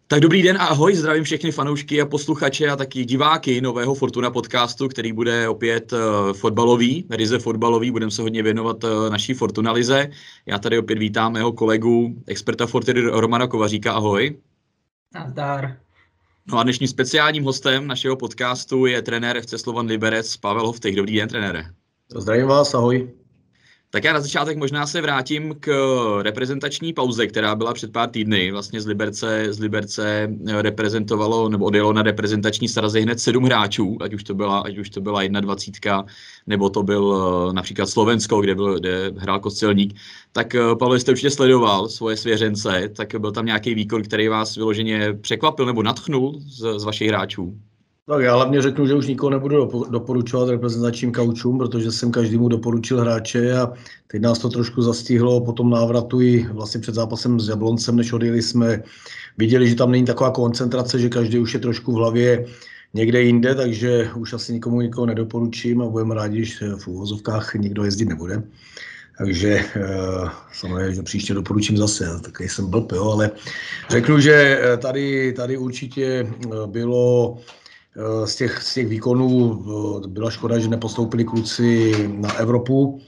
Tak dobrý den a ahoj, zdravím všechny fanoušky a posluchače a taky diváky nového Fortuna podcastu, který bude opět fotbalový, ryze fotbalový, budeme se hodně věnovat naší Fortuna lize. Já tady opět vítám mého kolegu, experta Fortuny Romana Kovaříka, ahoj. Nazdar. No a dnešním speciálním hostem našeho podcastu je trenér FC Slovan Liberec Pavel Hoftych. Dobrý den, trenére. Zdravím vás, ahoj. Tak já na začátek možná se vrátím k reprezentační pauze, která byla před pár týdny. Vlastně z Liberce reprezentovalo nebo odjelo na reprezentační srazy hned 7 hráčů, ať už to byla 21, nebo to byl například Slovensko, kde hrál Kostelník. Tak Pavel, jste určitě sledoval svoje svěřence, tak byl tam nějaký výkon, který vás vyloženě překvapil nebo nadchnul z vašich hráčů? Tak já hlavně řeknu, že už nikoho nebudu doporučovat reprezentačním kaučům, protože jsem každému doporučil hráče a teď nás to trošku zastihlo po tom návratu i vlastně před zápasem s Jabloncem, než odjeli jsme viděli, že tam není taková koncentrace, že každý už je trošku v hlavě někde jinde, takže už asi nikoho nedoporučím a budeme rádi, že v úvozovkách nikdo jezdit nebude. Takže samozřejmě, že příště doporučím zase, takový jsem blb, jo, ale řeknu, že tady určitě bylo z těch výkonů byla škoda, že nepostoupili kluci na Evropu,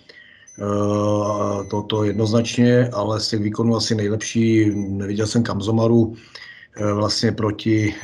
to jednoznačně, ale z těch výkonů asi nejlepší, neviděl jsem Kamzomaru vlastně proti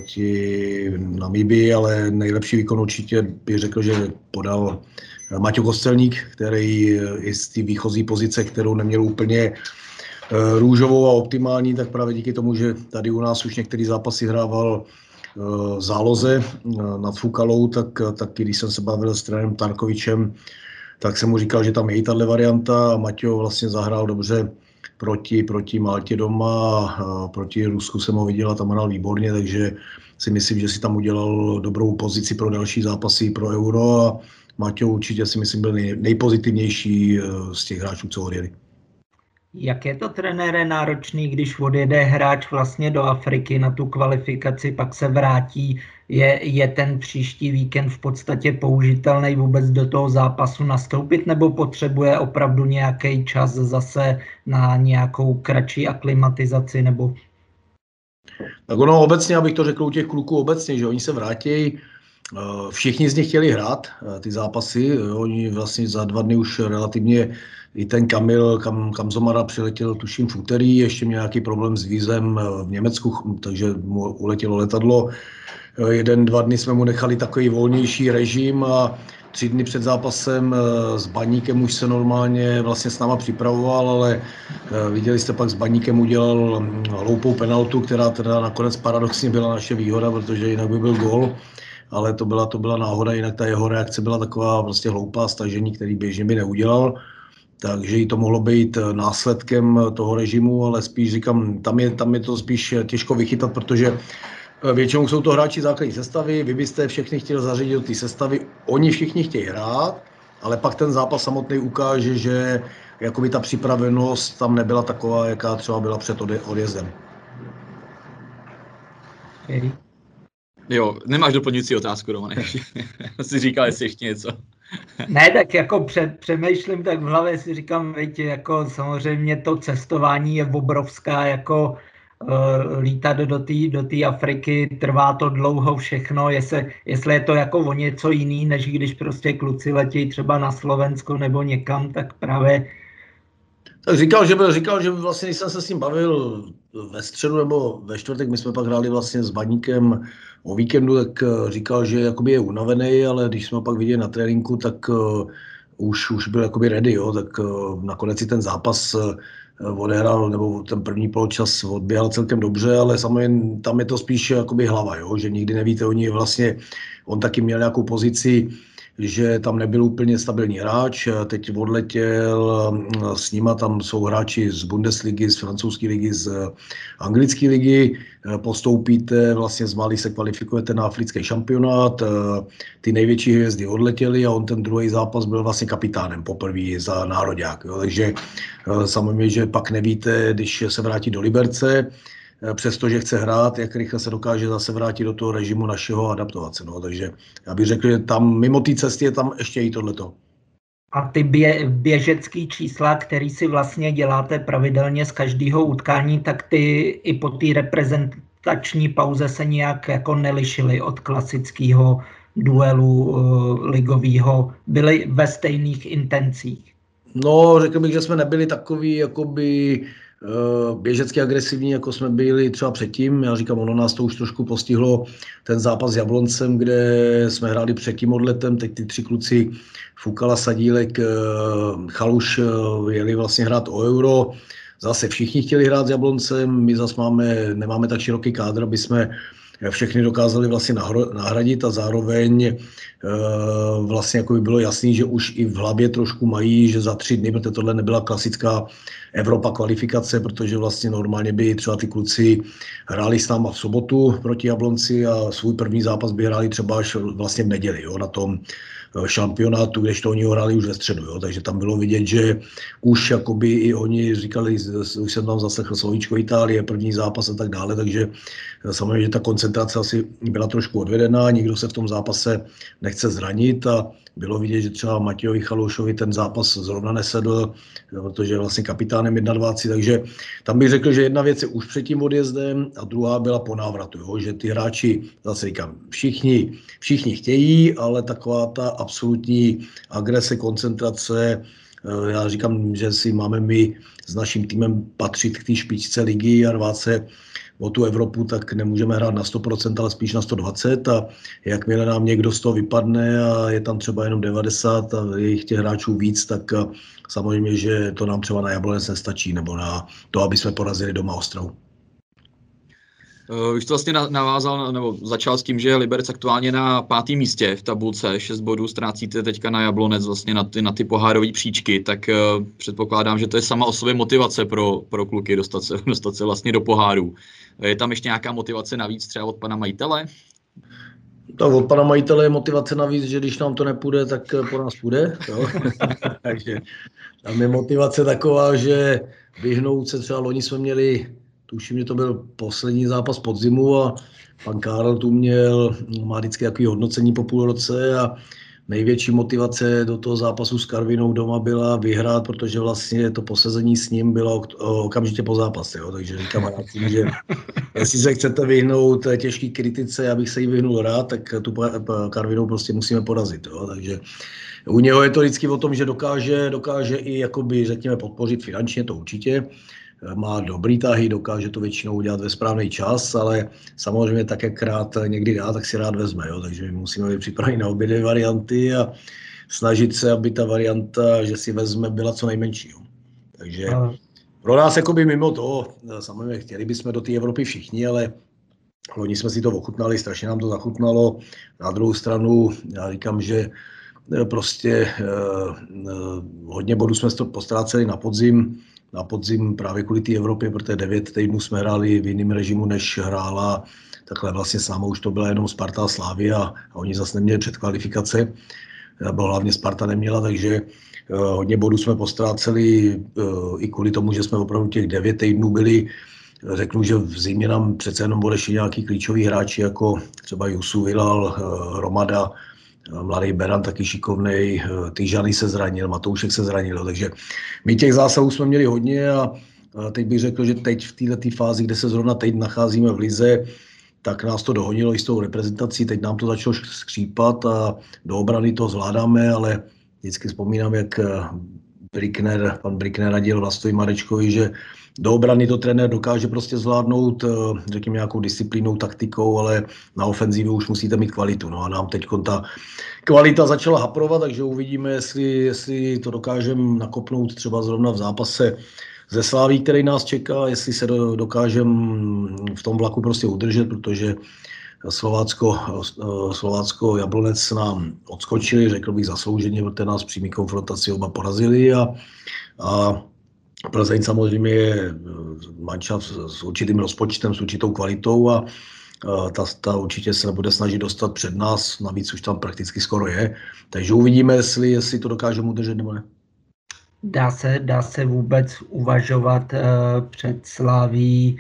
Namibii, ale nejlepší výkon určitě bych řekl, že podal Maťo Kostelník, který i z té výchozí pozice, kterou neměl úplně růžovou a optimální, tak právě díky tomu, že tady u nás už některý zápasy hrával v záloze nad Fukalou, tak když jsem se bavil s trenérem Tarkovičem, tak jsem mu říkal, že tam je i tato varianta a Maťo vlastně zahrál dobře proti Maltě doma a proti Rusku jsem ho viděl a tam hrál výborně, takže si myslím, že si tam udělal dobrou pozici pro další zápasy pro Euro a Maťo určitě si myslím byl nejpozitivnější z těch hráčů, co odjeli. Jak je to, trenére, náročný, když odjede hráč vlastně do Afriky na tu kvalifikaci, pak se vrátí, je ten příští víkend v podstatě použitelný vůbec do toho zápasu nastoupit, nebo potřebuje opravdu nějaký čas zase na nějakou kratší aklimatizaci, nebo? Tak ono obecně, abych to řekl u těch kluků obecně, že oni se vrátí, všichni z nich chtěli hrát ty zápasy, oni vlastně za 2 dny už relativně i ten Kamzomara přiletěl tuším v úterý, ještě měl nějaký problém s vízem v Německu, takže mu uletělo letadlo. 1-2 dny jsme mu nechali takový volnější režim a 3 dny před zápasem s Baníkem už se normálně vlastně s náma připravoval, ale viděli jste pak s Baníkem udělal hloupou penaltu, která teda nakonec paradoxně byla naše výhoda, protože jinak by byl gól. Ale to byla náhoda, jinak ta jeho reakce byla taková prostě hloupá stažení, který běžně by neudělal. Takže i to mohlo být následkem toho režimu, ale spíš říkám, tam je to spíš těžko vychytat, protože většinou jsou to hráči základní sestavy, vy byste všechny chtěli zařadit do té sestavy, oni všichni chtějí hrát, ale pak ten zápas samotný ukáže, že jakoby ta připravenost tam nebyla taková, jaká třeba byla před odjezdem. Okay. Jo, nemáš doplňující otázku, Romane. Jsi říkal, jestli ještě něco. Ne, tak jako přemýšlím, tak v hlavě si říkám, víte, jako samozřejmě to cestování je obrovská, jako lítat do té Afriky, trvá to dlouho všechno, jestli je to jako o něco jiný, než když prostě kluci letí třeba na Slovensko nebo někam, tak právě. Tak říkal, že vlastně, když jsem se s ním bavil ve středu nebo ve čtvrtek, my jsme pak hráli vlastně s Baníkem o víkendu, tak říkal, že jakoby je unavený, ale když jsme ho pak viděli na tréninku, tak už byl jakoby ready, jo, tak nakonec si ten zápas odehrál, nebo ten první poločas odběhal celkem dobře, ale samozřejmě tam je to spíš jakoby hlava, jo, že nikdy nevíte, on taky měl nějakou pozici, že tam nebyl úplně stabilní hráč, teď odletěl s nima, tam jsou hráči z Bundesligy, z francouzské ligy, z anglické ligy, postoupíte, vlastně z Mali se kvalifikujete na africký šampionát, ty největší hvězdy odletěly a on ten druhý zápas byl vlastně kapitánem poprvé za nároďák, jo, takže samozřejmě, že pak nevíte, když se vrátí do Liberce, přestože chce hrát, jak rychle se dokáže zase vrátit do toho režimu našeho a adaptovat se. No. Takže já bych řekl, že tam mimo té cesty je tam ještě i tohleto. A ty běžecký čísla, který si vlastně děláte pravidelně z každého utkání, tak ty i po té reprezentační pauze se nějak jako nelišily od klasického duelu ligového, byly ve stejných intencích? No, řekl bych, že jsme nebyli takový jakoby běžecky agresivní, jako jsme byli třeba předtím. Já říkám, ono nás to už trošku postihlo, ten zápas s Jabloncem, kde jsme hráli před tím odletem, teď ty 3 kluci Fukala, Sadílek, Chaluš jeli vlastně hrát o Euro. Zase všichni chtěli hrát s Jabloncem, my zase nemáme tak široký kádr, aby jsme všechny dokázali vlastně nahradit a zároveň vlastně jako by bylo jasný, že už i v hlavě trošku mají, že za 3 dny, protože tohle nebyla klasická Evropa kvalifikace, protože vlastně normálně by třeba ty kluci hráli s náma v sobotu proti Jablonci a svůj první zápas by hráli třeba až vlastně v neděli, jo, na tom šampionátu, kdežto oni ho hráli už ve středu, jo. Takže tam bylo vidět, že už jakoby i oni říkali, už jsem tam zaslechl slovíčko Itálie, první zápas a tak dále, takže samozřejmě, že ta koncentrace asi byla trošku odvedená, nikdo se v tom zápase nechce zranit a bylo vidět, že třeba Matějovi Chaloušovi ten zápas zrovna nesedl, protože je vlastně kapitánem 21, takže tam bych řekl, že jedna věc je už před tím odjezdem a druhá byla po návratu, jo, že ty hráči, zase říkám, všichni chtějí, ale taková ta absolutní agrese, koncentrace, já říkám, že si máme my s naším týmem patřit k té špičce ligy a rvát se o tu Evropu, tak nemůžeme hrát na 100%, ale spíš na 120 a jakmile nám někdo z toho vypadne a je tam třeba jenom 90 a je těch hráčů víc, tak samozřejmě, že to nám třeba na Jablonec nestačí nebo na to, aby jsme porazili doma Ostravu. Už to vlastně navázal, nebo začal s tím, že Liberec aktuálně na 5. místě v tabulce, 6 bodů ztrácíte teďka na Jablonec vlastně na ty pohárové příčky, tak předpokládám, že to je sama o sobě motivace pro kluky dostat se vlastně do pohárů. Je tam ještě nějaká motivace navíc třeba od pana majitele? Tak od pana majitele je motivace navíc, že když nám to nepůjde, tak po nás půjde. Jo? Takže tam je motivace taková, že vyhnout se třeba loni jsme měli, tuším, že to byl poslední zápas podzimu a pan Karel tu má vždycky takový hodnocení po půl roce a největší motivace do toho zápasu s Karvinou doma byla vyhrát, protože vlastně to posezení s ním bylo okamžitě po zápase. Jo? Takže říkám, že jestli se chcete vyhnout těžký kritice, já bych se jí vyhnul rád, tak tu Karvinou prostě musíme porazit. Jo? Takže u něho je to vždycky o tom, že dokáže i jakoby, řekněme, podpořit finančně, to určitě. Má dobrý tahy, dokáže to většinou udělat ve správný čas, ale samozřejmě tak, jak rád někdy dá, tak si rád vezme. Jo? Takže my musíme být připraveni na obě dvě varianty a snažit se, aby ta varianta, že si vezme, byla co nejmenší. Jo? Takže pro nás jakoby mimo to, samozřejmě chtěli bychom do té Evropy všichni, ale loni jsme si to ochutnali, strašně nám to zachutnalo. Na druhou stranu, já říkám, že prostě hodně bodů jsme postráceli na podzim právě kvůli té Evropě, protože 9 týdnů jsme hráli v jiném režimu, než hrála takhle vlastně s námi už to byla jenom Sparta a Slavia a oni zase neměli předkvalifikace, nebo hlavně Sparta neměla, takže hodně bodů jsme postráceli i kvůli tomu, že jsme opravdu těch 9 týdnů byli. Řeknu, že v zimě nám přece jenom odešli nějaký klíčoví hráči, jako třeba Jusuf Vilal, Hromada, mladý Beran taky šikovnej, Tyžany se zranil, Matoušek se zranil, takže my těch zásahů jsme měli hodně a teď bych řekl, že teď v této fázi, kde se zrovna teď nacházíme v lize, tak nás to dohonilo i s tou reprezentací, teď nám to začalo skřípat a do obrany to zvládáme, ale vždycky vzpomínám, jak pan Brickner radil Vlastovi Marečkovi, že do obrany to trenér dokáže prostě zvládnout, řekněme, nějakou disciplínou, taktikou, ale na ofenzivu už musíte mít kvalitu. No a nám teď ta kvalita začala haprovat, takže uvidíme, jestli to dokážeme nakopnout třeba zrovna v zápase ze Slaví, který nás čeká, jestli se dokážeme v tom vlaku prostě udržet, protože Slovácko Jablonec nám odskočili, řekl bych zaslouženě, protože nás v přímé konfrontaci oba porazili a Plzeň samozřejmě je manšaft s určitým rozpočtem, s určitou kvalitou a ta určitě se nebude snažit dostat před nás, navíc už tam prakticky skoro je. Takže uvidíme, jestli to dokážeme udržet nebo ne. Dá se vůbec uvažovat před Slaví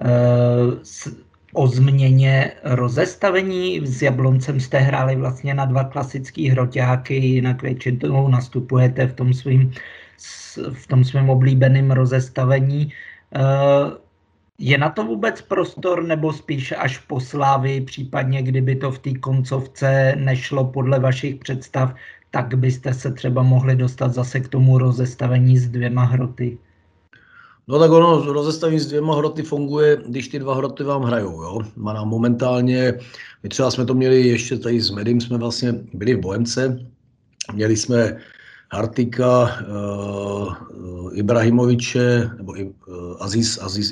o změně rozestavení? S Jabloncem jste hráli vlastně na 2 klasický hroťáky, jinak většinou nastupujete v tom svém oblíbeném rozestavení. Je na to vůbec prostor, nebo spíš až po Slávii, případně kdyby to v té koncovce nešlo podle vašich představ, tak byste se třeba mohli dostat zase k tomu rozestavení s 2 hroty? No tak ono, rozestavení s 2 hroty funguje, když ty 2 hroty vám hrajou, jo. Momentálně, my třeba jsme to měli ještě tady s Medim, jsme vlastně byli v Bohemce, měli jsme Hartika, Ibrahimoviče, nebo Aziz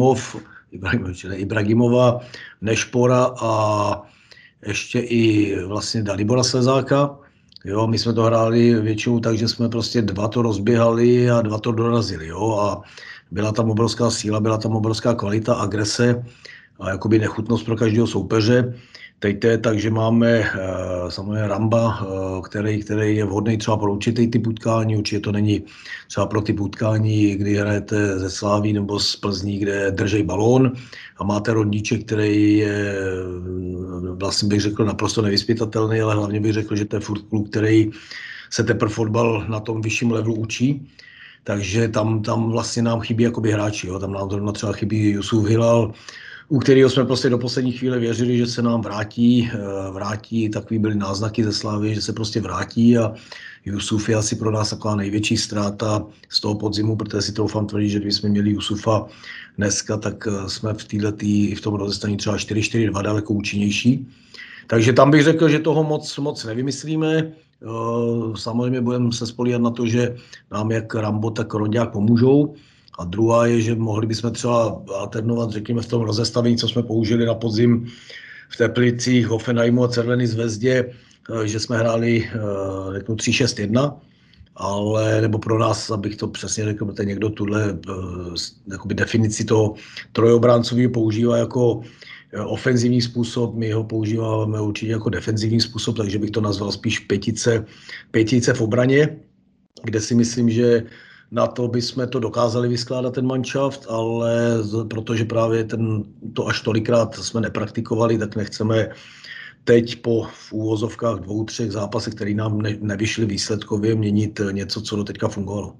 Ibrahimova, Nešpora a ještě i vlastně Dalibora Slezáka. Jo, my jsme to hráli většinou tak, že jsme prostě 2 to rozběhali a 2 to dorazili, jo, a byla tam obrovská síla, byla tam obrovská kvalita, agrese a jakoby nechutnost pro každého soupeře. Teď to je tak, že máme samozřejmě Ramba, který je vhodný třeba pro určitý typ utkání, určitě to není třeba pro typ utkání, kdy hrajete ze Sláví nebo z Plzní, kde držej balón a máte Rondíček, který je vlastně bych řekl naprosto nevyzpytatelný, ale hlavně bych řekl, že to je furt kluk, který se teprve fotbal na tom vyšším levelu učí. Takže tam vlastně nám chybí jakoby hráči, jo. Tam nám třeba chybí Jusuf Hilal, u kterého jsme prostě do poslední chvíle věřili, že se nám vrátí, takový byly náznaky ze Slávy, že se prostě vrátí a Jusuf je asi pro nás taková největší ztráta z toho podzimu, protože si troufám tvrdit, že kdybychom měli Jusufa dneska, tak jsme v tom rozestavení třeba 4-4-2 daleko účinnější. Takže tam bych řekl, že toho moc nevymyslíme. Samozřejmě budeme se spolíhat na to, že nám jak Rambo, tak Rondák pomůžou. A druhá je, že mohli bychom třeba alternovat, řekněme, v tom rozestavení, co jsme použili na podzim v Teplicích, Hoffenheimu a Červené Zvezdě, že jsme hráli 3-6-1, ale nebo pro nás, abych to přesně řekl, protože někdo tuhle definici toho trojobráncového používá jako ofenzivní způsob, my ho používáme určitě jako defenzivní způsob, takže bych to nazval spíš pětice v obraně, kde si myslím, že na to bychom to dokázali vyskládat ten manšaft, ale protože právě to až tolikrát jsme nepraktikovali, tak nechceme teď v úvozovkách 2-3 zápasech, které nám nevyšly výsledkově, měnit něco, co do teďka fungovalo.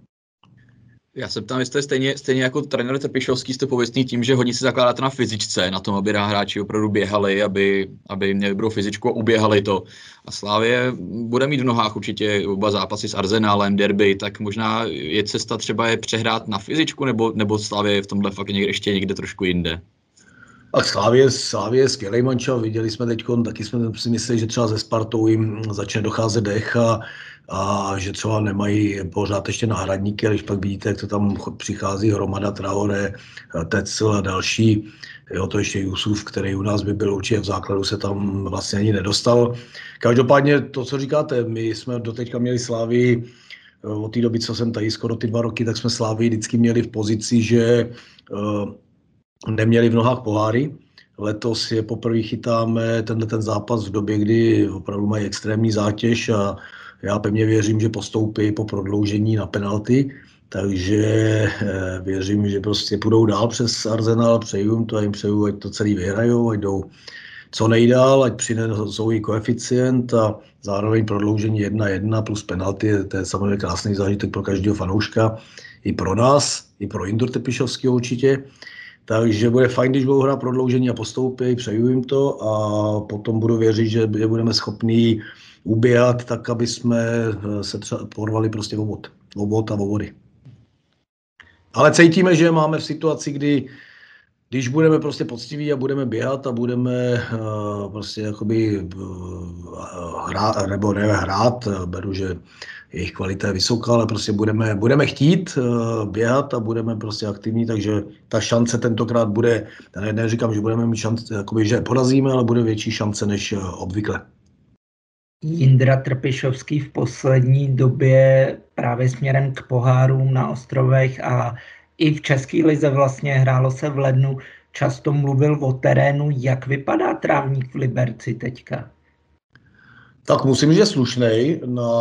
Já se ptám, jestli stejně jako trenér Trpišovský jste pověstný tím, že hodně si zakládáte na fyzičce, na tom, aby hráči opravdu běhali, aby měli dobrou fyzičku a uběhali to. A Slavie bude mít v nohách určitě oba zápasy s Arsenálem, derby, tak možná je cesta třeba je přehrát na fyzičku, nebo Slavie je v tomhle fakt ještě někde trošku jinde? A Slavie je skvělý mančaft, viděli jsme teď, taky jsme si mysleli, že třeba ze Spartou jim začne docházet dech a že třeba nemají pořád ještě náhradníky, když pak vidíte, jak to tam přichází hromada, Traoré, Tecl a další. Jo, to ještě Jusuf, který u nás by byl určitě v základu, se tam vlastně ani nedostal. Každopádně to, co říkáte, my jsme doteďka měli Slavii od té doby, co jsem tady skoro ty 2 roky, tak jsme Slavii vždycky měli v pozici, že neměli v nohách poháry. Letos je poprvé chytáme ten zápas v době, kdy opravdu mají extrémní zátěž a já pevně věřím, že postoupí po prodloužení na penalty, takže věřím, že prostě půjdou dál přes Arsenal, přeju jim to a jim přeju, ať to celý vyhrajou, ať jdou co nejdál, ať přinesou i koeficient a zároveň prodloužení 1-1 plus penalty, to je samozřejmě krásný zážitek pro každého fanouška, i pro nás, i pro Jindru Trpišovského určitě. Takže bude fajn, když budou hrát prodloužení a postoupí, přeju jim to a potom budu věřit, že budeme schopní uběhat tak, aby jsme se třeba porvali prostě obvod a obvody. Ale cítíme, že máme v situaci, když budeme prostě poctiví a budeme běhat a budeme prostě jakoby hrát, nebo nehrát, beru, že jejich kvalita je vysoká, ale prostě budeme chtít běhat a budeme prostě aktivní, takže ta šance tentokrát bude, neříkám, že budeme mít šance, jakoby, že porazíme, ale bude větší šance než obvykle. Jindra Trpišovský v poslední době právě směrem k pohárům na ostrovech a i v České lize vlastně hrálo se v lednu, často mluvil o terénu. Jak vypadá trávník v Liberci teďka? Tak musím říct, že slušnej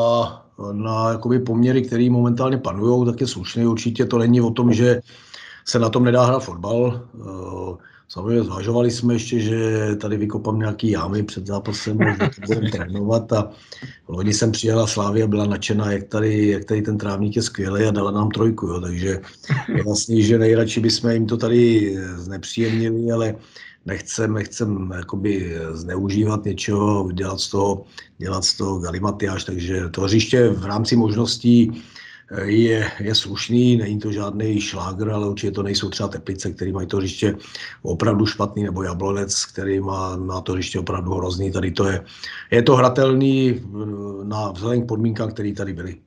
na jakoby poměry, které momentálně panujou, tak je slušný. Určitě to není o tom, že se na tom nedá hrát fotbal. samozřejmě zvažovali jsme ještě, že tady vykopám nějaký jámy před zápasem, že to budeme trénovat a loni jsem přijela Slavia, byla nadšená, jak tady ten trávník je skvělý a dala nám 3, jo, takže je vlastně, že nejradši bychom jim to tady znepříjemnili, ale nechcem jakoby zneužívat něčeho, dělat z toho galimatiáš, takže to hřiště v rámci možností je slušný, není to žádný šlágr, ale určitě to nejsou třeba Teplice, který mají to hřiště opravdu špatný, nebo Jablonec, který má to hřiště opravdu hrozný. Tady to je to hratelný vzhledem k podmínkám, které tady byly.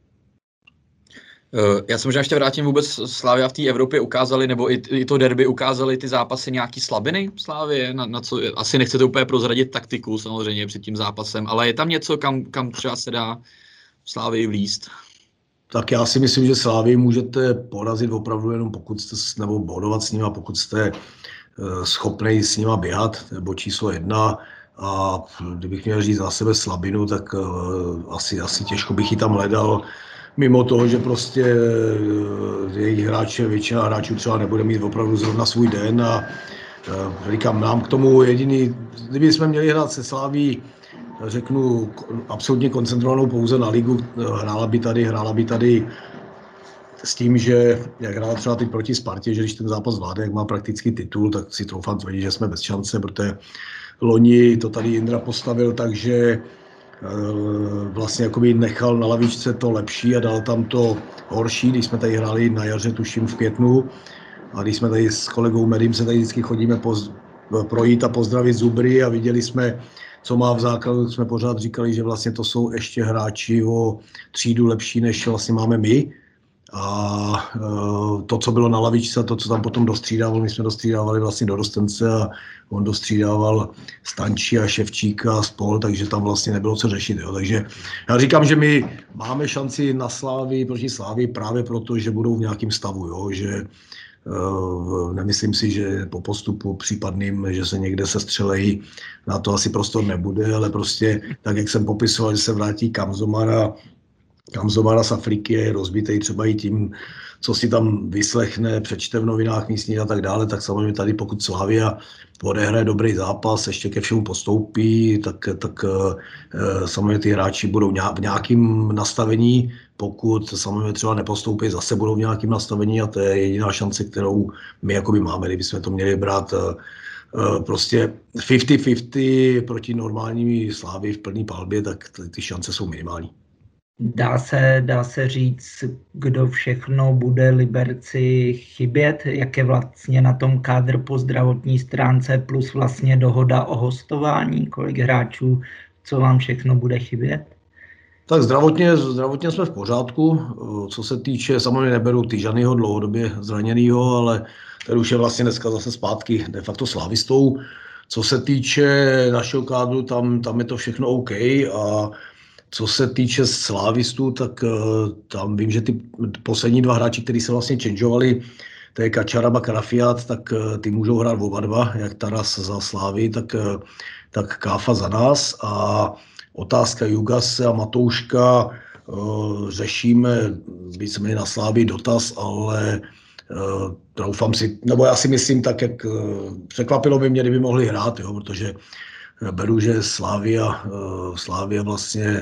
Já se možná ještě vrátím vůbec. Slavia v té Evropě ukázali, nebo i to derby ukázali ty zápasy nějaký slabiny Slavie, na co asi nechcete úplně prozradit taktiku samozřejmě před tím zápasem, ale je tam něco, kam třeba se dá Slavii vlízt? Tak já si myslím, že Slavii můžete porazit opravdu jenom pokud jste, nebo bodovat s nima, pokud jste schopný s nima běhat, nebo číslo 1. A kdybych měl říct za sebe slabinu, tak asi těžko bych ji tam hledal. Mimo toho, že prostě jejich většina hráčů třeba nebude mít opravdu zrovna svůj den a říkám, nám k tomu jediný, kdyby jsme měli hrát se Slaví, řeknu, absolutně koncentrovanou pouze na ligu, hrála by tady s tím, že jak hrála třeba teď proti Spartě, že když ten zápas zvládne, jak má prakticky titul, tak si troufám tvrdit, že jsme bez šance, protože loni to tady Jindra postavil, takže vlastně jakoby nechal na lavičce to lepší a dal tam to horší, když jsme tady hráli na jaře, tuším v květnu, a když jsme tady s kolegou Medim se tady vždycky chodíme projít a pozdravit Zubry a viděli jsme, co má v základu, jsme pořád říkali, že vlastně to jsou ještě hráči o třídu lepší, než vlastně máme my. A to, co bylo na lavičce, to, co tam potom dostřídával, my jsme dostřídávali vlastně dorostence a on dostřídával Stanči a Ševčíka a spol, takže tam vlastně nebylo co řešit. Jo. Takže já říkám, že my máme šanci na Slávii, proti Slávii právě proto, že budou v nějakém stavu, jo, že nemyslím si, že po postupu případným, že se někde se střelejí, na to asi prostor nebude, ale prostě tak, jak jsem popisoval, že se vrátí Kamzomara z Afriky, je rozbitej třeba i tím, co si tam vyslechne, přečte v novinách místních a tak dále, tak samozřejmě tady pokud Slavia odehraje dobrý zápas, ještě ke všemu postoupí, tak samozřejmě ty hráči budou v nějakém nastavení, pokud samozřejmě třeba nepostoupí, zase budou v nějakém nastavení a to je jediná šance, kterou my jakoby máme, kdybychom to měli brát prostě 50-50 proti normální Slavii v plný palbě, tak ty šance jsou minimální. Dá se říct, kdo všechno bude Liberci chybět, jak je vlastně na tom kádr po zdravotní stránce plus vlastně dohoda o hostování, kolik hráčů, co vám všechno bude chybět? Tak zdravotně jsme v pořádku, co se týče, samozřejmě neberu Tyžanyho dlouhodobě zraněnýho, ale ten už je vlastně dneska zase zpátky de facto slavistou. Co se týče našeho kádru, tam je to všechno OK a co se týče slávistů, tak tam vím, že ty poslední 2 hráči, kteří se vlastně changeovali, to je Kačarab a Karafiat, tak ty můžou hrát oba dva, jak Taras za Slávy, tak Káfa za nás. A otázka Jugase a Matouška řešíme, byť jsme na Slávy dotaz, ale troufám si, nebo já si myslím tak, jak překvapilo by mě, kdyby mohli hrát, jo, protože beru, že Slavia vlastně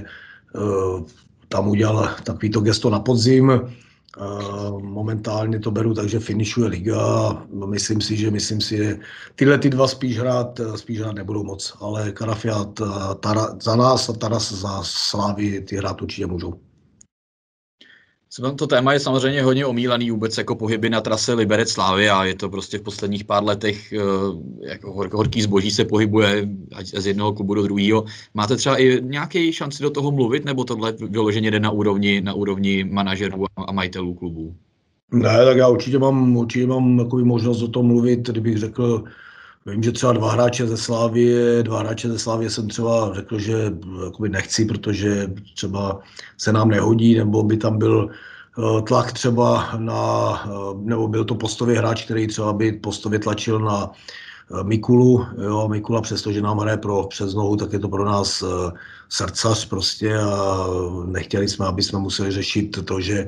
tam udělal takovýto gesto na podzim. Momentálně to beru tak, že finišuje liga. Myslím si, že tyhle ty 2 spíš hrát nebudou moc, ale Karafiat za nás a Taras za Slavii ty hrát určitě můžou. To téma je samozřejmě hodně omílaný vůbec jako pohyby na trase Liberec Slavia a je to prostě v posledních pár letech jako horký zboží se pohybuje z jednoho klubu do druhého. Máte třeba i nějaké šanci do toho mluvit, nebo tohle vyloženě jde na úrovni manažerů a majitelů klubů? Ne, tak já určitě mám možnost o tom mluvit, kdybych řekl, vím, že třeba 2 hráče ze Slávie jsem třeba řekl, že nechci, protože třeba se nám nehodí, nebo by tam byl tlak třeba nebo byl to postově hráč, který třeba by postově tlačil na Mikulu. Jo, Mikula, přestože nám hraje přes nohu, tak je to pro nás srdcař prostě a nechtěli jsme, aby jsme museli řešit to, že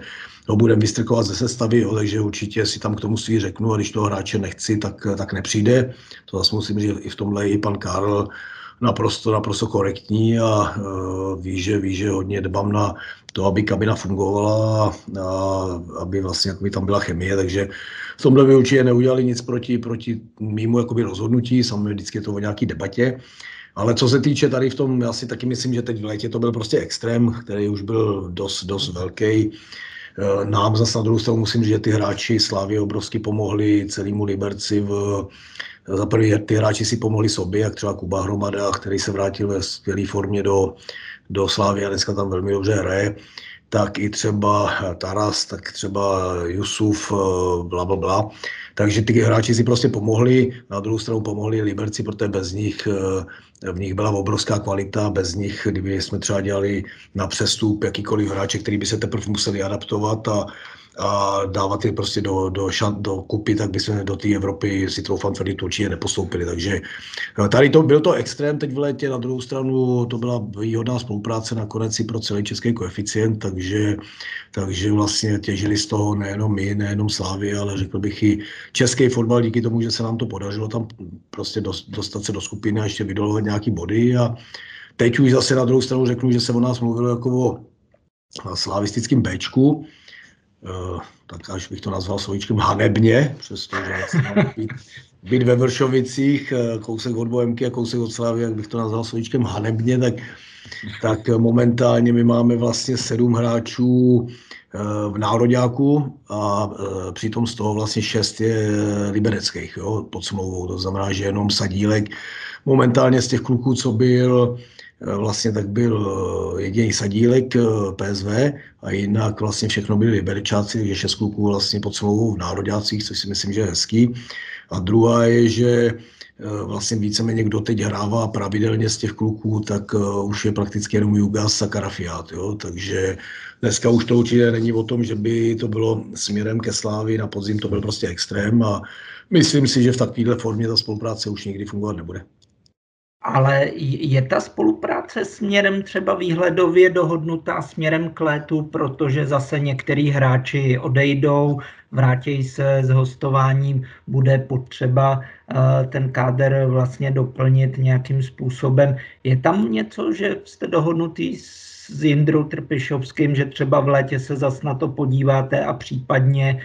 ho budeme vystrkovat ze sestavy, jo, takže určitě si tam k tomu svý řeknu a když toho hráče nechci, tak nepřijde. To zase musím říct, i v tomhle je pan Karl naprosto korektní a ví, že hodně dbám na to, aby kabina fungovala a aby vlastně jakoby tam byla chemie, takže v tomhle by určitě neudělali nic proti mýmu jakoby rozhodnutí, samozřejmě vždycky je to o nějaký debatě. Ale co se týče tady v tom, já si taky myslím, že teď v létě to byl prostě extrém, který už byl dost velký. Nám zase na druhou stranu musím říct, že ty hráči Slavie obrovsky pomohli celému Liberci. Za první ty hráči si pomohli sobě, jak třeba Kuba Hromada, který se vrátil ve skvělé formě do Slavie a dneska tam velmi dobře hraje. Tak i třeba Taras, tak třeba Jusuf, blablabla. Takže ty hráči si prostě pomohli, na druhou stranu pomohli Liberci, protože bez nich, v nich byla obrovská kvalita, bez nich, kdyby jsme třeba dělali na přestup jakýkoliv hráče, který by se teprve museli adaptovat a dávat je prostě do kupy, tak by jsme do té Evropy, si troufám tvrdit, určitě nepostoupili. Takže tady byl to extrém teď v létě, na druhou stranu to byla výhodná spolupráce nakonec i pro celý český koeficient, takže vlastně těžili z toho nejenom my, nejenom Slavie, ale řekl bych i český fotbal díky tomu, že se nám to podařilo tam prostě dostat se do skupiny a ještě vydolovat nějaký body. A teď už zase na druhou stranu řeknu, že se o nás mluvilo jako o slavistickém Bčku, tak až bych to nazval slovíčkem hanebně, přestože být ve Vršovicích, kousek od Bohemky a kousek od Slavie, jak bych to nazval slovíčkem hanebně, tak momentálně my máme vlastně 7 hráčů v nároďáku a přitom z toho vlastně 6 je libereckých, jo, pod smlouvou. To znamená, že jenom Sadílek momentálně z těch kluků, co byl vlastně, tak byl jediný Sadílek PSV a jinak vlastně všechno byli Liberečáci, takže 6 kluků vlastně pod smlouvou v nároďácích, což si myslím, že je hezký. A druhá je, že vlastně víceméně kdo teď hrává pravidelně z těch kluků, tak už je prakticky jenom Jugas a Karafiát, jo? Takže dneska už to určitě není o tom, že by to bylo směrem ke Slávii, na podzim to byl prostě extrém a myslím si, že v takovéhle formě ta spolupráce už nikdy fungovat nebude. Ale je ta spolupráce směrem třeba výhledově dohodnutá směrem k létu, protože zase některý hráči odejdou, vrátí se s hostováním, bude potřeba ten kádr vlastně doplnit nějakým způsobem. Je tam něco, že jste dohodnutý s Jindrou Trpišovským, že třeba v létě se zas na to podíváte a případně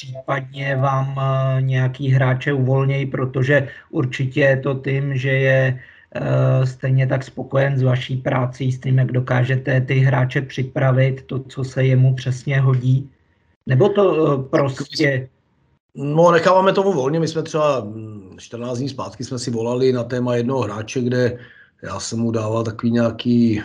vám nějaký hráče uvolnějí, protože určitě je to tím, že je stejně tak spokojen s vaší prací, s tím, jak dokážete ty hráče připravit, to, co se jemu přesně hodí? Nebo to prostě... No, necháváme tomu volně. My jsme třeba 14 dní zpátky jsme si volali na téma jednoho hráče, kde já jsem mu dával takový nějaký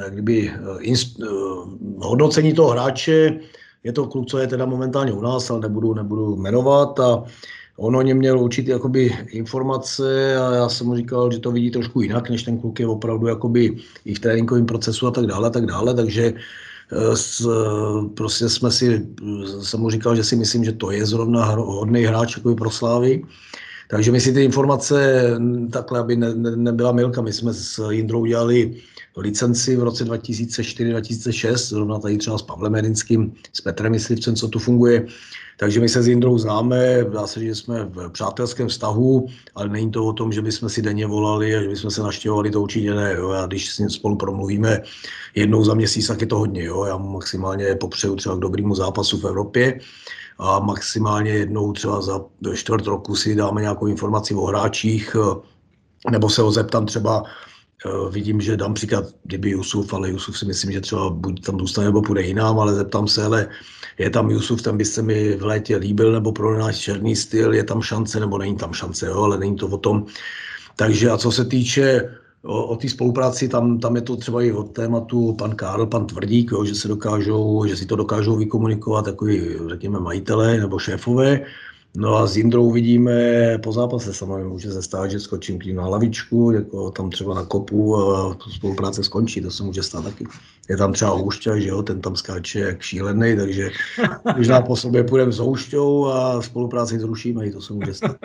hodnocení toho hráče. Je to kluk, co je teda momentálně u nás, ale nebudu jmenovat a on o něm měl určitě jakoby informace a já jsem mu říkal, že to vidí trošku jinak, než ten kluk je opravdu jakoby i v tréninkovém procesu a tak dále, takže prostě jsem mu říkal, že si myslím, že to je zrovna hodný hráč jakoby pro Slávy. Takže my si ty informace takhle, aby nebyla mylka, my jsme s Jindrou dělali licenci v roce 2004-2006, zrovna tady třeba s Pavlem Medinským, s Petrem Myslivcem, co tu funguje. Takže my se s Jindrou známe, dá se říct, že jsme v přátelském vztahu, ale není to o tom, že bychom si denně volali a že bychom se naštěvovali, to určitě ne. Jo. A když s ním spolu promluvíme jednou za měsíc, tak je to hodně. Jo. Já mu maximálně popřeju třeba k dobrému zápasu v Evropě a maximálně jednou třeba za čtvrt roku si dáme nějakou informaci o hráčích, nebo se ho zeptám třeba, vidím, že dám příklad, kdyby Jusuf, ale Jusuf si myslím, že třeba buď tam zůstane, nebo půjde jinam, ale zeptám se, ale je tam Jusuf, ten by se mi v létě líbil, nebo pro náš černý styl, je tam šance, nebo není tam šance, jo, ale není to o tom. Takže a co se týče o té spolupráci, tam je to třeba i od tématu pan Karl, pan Tvrdík, jo, že si to dokážou vykomunikovat takový, řekněme, majitelé nebo šéfové. No a s Jindrou vidíme po zápase, samozřejmě může se stát, že skočím k ním na lavičku, jako tam třeba na kopu a tu spolupráce skončí, to se může stát taky. Je tam třeba Houšťa, že jo, ten tam skáče jak šílený, takže možná po sobě půjdeme s Houšťou a spolupráci zrušíme, i to se může stát.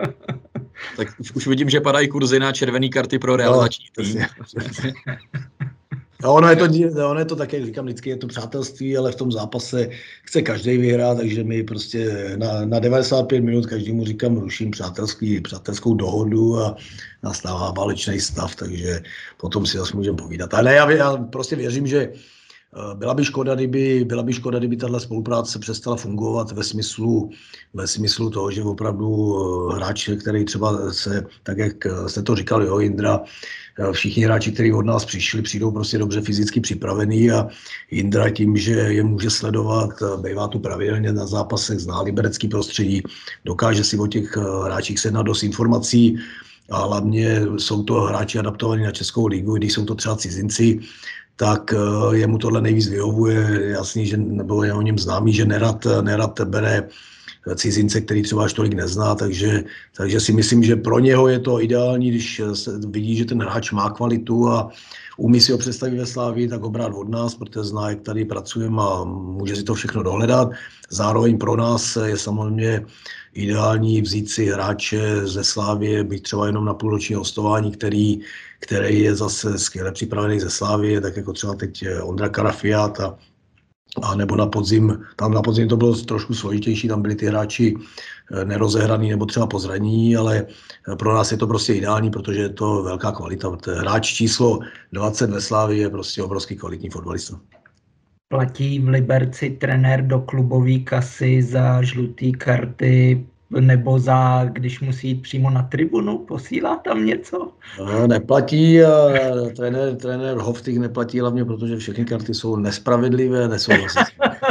Tak už vidím, že padají kurzy na červené karty pro realizační tým. Ono je to tak, jak říkám, vždycky je to přátelství, ale v tom zápase chce každý vyhrát, takže my prostě na 95 minut každému říkám, ruším přátelskou dohodu a nastává válečný stav, takže potom si zase můžeme povídat. Ale ne, já prostě věřím, že byla by škoda, kdyby tahle spolupráce přestala fungovat ve smyslu toho, že opravdu hráč, který třeba se, tak jak jste to říkal, jo, Jindra, všichni hráči, kteří od nás přijdou prostě dobře fyzicky připravený a Jindra tím, že je může sledovat, bývá tu pravidelně na zápasech, zná liberecký prostředí, dokáže si o těch hráčích sehnat dost informací a hlavně jsou to hráči adaptovaní na Českou ligu, když jsou to třeba cizinci, tak jemu tohle nejvíc vyhovuje, jasný, že, nebo je o něm známý, že nerad bere cizince, který třeba až tolik nezná, takže si myslím, že pro něho je to ideální, když vidí, že ten hráč má kvalitu a umí si ho představit ve Slavii, tak ho brát od nás, protože zná, jak tady pracujeme a může si to všechno dohledat. Zároveň pro nás je samozřejmě ideální vzít si hráče ze Slavie, být třeba jenom na půlroční hostování, který je zase skvěle připravený ze Slavie, tak jako třeba teď Ondra Karafiát a nebo na podzim, tam na podzim to bylo trošku složitější, tam byli ty hráči nerozehraný nebo třeba po zranění, ale pro nás je to prostě ideální, protože je to velká kvalita. Hráč číslo 20 ve Slavii je prostě obrovský kvalitní fotbalista. Platí v Liberci trenér do klubové kasy za žluté karty nebo za, když musí jít přímo na tribunu, posílá tam něco? Neplatí a trenér Hoftych neplatí hlavně, protože všechny karty jsou nespravedlivé, nesouhlasné.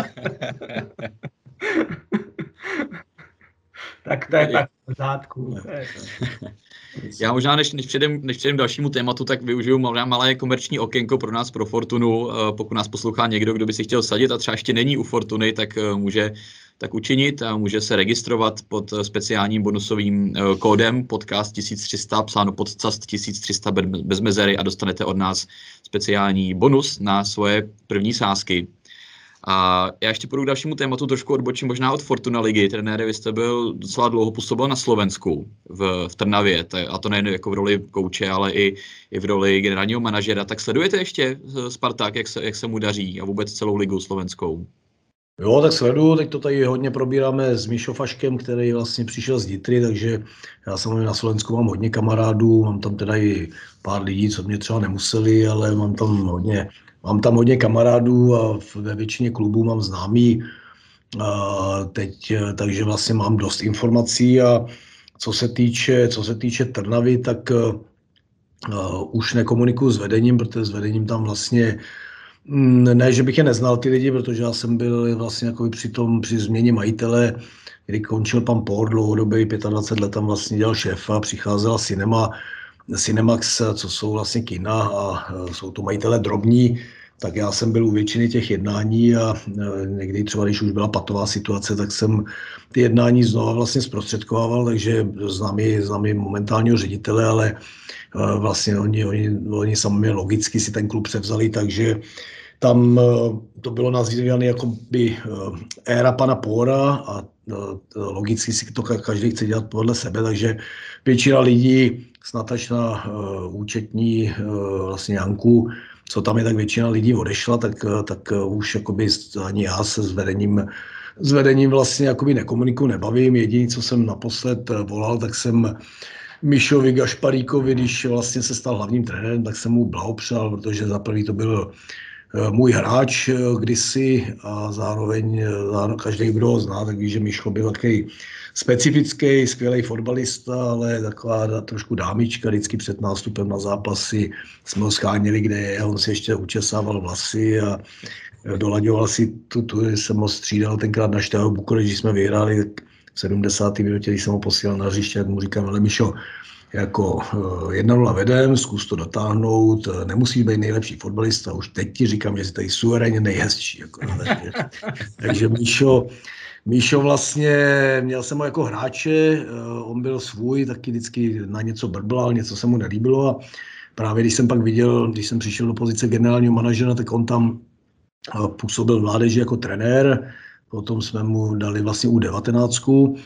Tak to je tak v pořádku. Já možná, než předem dalšímu tématu, tak využiju malé komerční okénko pro nás, pro Fortunu. Pokud nás poslouchá někdo, kdo by si chtěl sadit a třeba ještě není u Fortuny, tak může tak učinit a může se registrovat pod speciálním bonusovým kódem podcast 1300, psáno podcast 1300 bez mezery a dostanete od nás speciální bonus na svoje první sázky. A já ještě půjdu k dalšímu tématu, trošku odbočím možná od Fortuna ligy. Trenére, vy jste byl docela dlouho působil na Slovensku v Trnavě, a to nejen jako v roli kouče, ale i v roli generálního manažera. Tak sledujete ještě Spartak, jak se mu daří a vůbec celou ligu slovenskou? Jo, tak sleduju, teď to tady hodně probíráme s Mišo Faškem, který vlastně přišel z Nitry, takže já samozřejmě na Slovensku mám hodně kamarádů, mám tam teda i pár lidí, co mě třeba nemuseli, ale mám tam hodně kamarádů a ve většině klubů mám známý teď, takže vlastně mám dost informací a co se týče Trnavy, tak už nekomunikuju s vedením, protože s vedením tam vlastně ne, že bych je neznal ty lidi, protože já jsem byl vlastně jako při změně majitele, kdy končil pan Por, dlouhodobý 25 let tam vlastně dělal šéfa, přicházela Cinemax, co jsou vlastně kina a jsou to majitele drobní, tak já jsem byl u většiny těch jednání a někdy třeba, když už byla patová situace, tak jsem ty jednání znova vlastně zprostředkovával, takže znám momentálního ředitele, ale vlastně oni sami logicky si ten klub převzali, takže tam to bylo nazývané jako by éra pana Póra a logicky si to každý chce dělat podle sebe, takže většina lidí, snad až na účetní vlastně Janku, co tam je, tak většina lidí odešla, tak už jakoby ani já se s vedením vlastně jakoby nekomunikuju, nebavím. Jediný, co jsem naposled volal, tak jsem Mišovi Gašparíkovi, když vlastně se stal hlavním trenérem, tak jsem mu blahopřál, protože za prvý to byl můj hráč kdysi a zároveň každý, kdo ho zná, tak ví, že Mišo byl takový specifický, skvělý fotbalista, ale taková trošku dámička, vždycky před nástupem na zápasy jsme ho scháněli, kde je, on si ještě učesával vlasy a dolaďoval si tu jsem ho střídal tenkrát na Štáhu Bukurešť, když jsme vyhráli v 70. minutě, když jsem ho posílal na hřiště, tak mu říkám, ale Mišo, jako 1-0 vedem, zkus to dotáhnout, nemusí být nejlepší fotbalista, už teď ti říkám, že jsi tady suverénně nejhezčí. Jako, takže Míšo vlastně, měl jsem ho jako hráče, on byl svůj, taky vždycky na něco brblal, něco se mu nelíbilo a právě když jsem pak viděl, když jsem přišel do pozice generálního manažera, tak on tam působil v mládeži jako trenér, potom jsme mu dali vlastně U19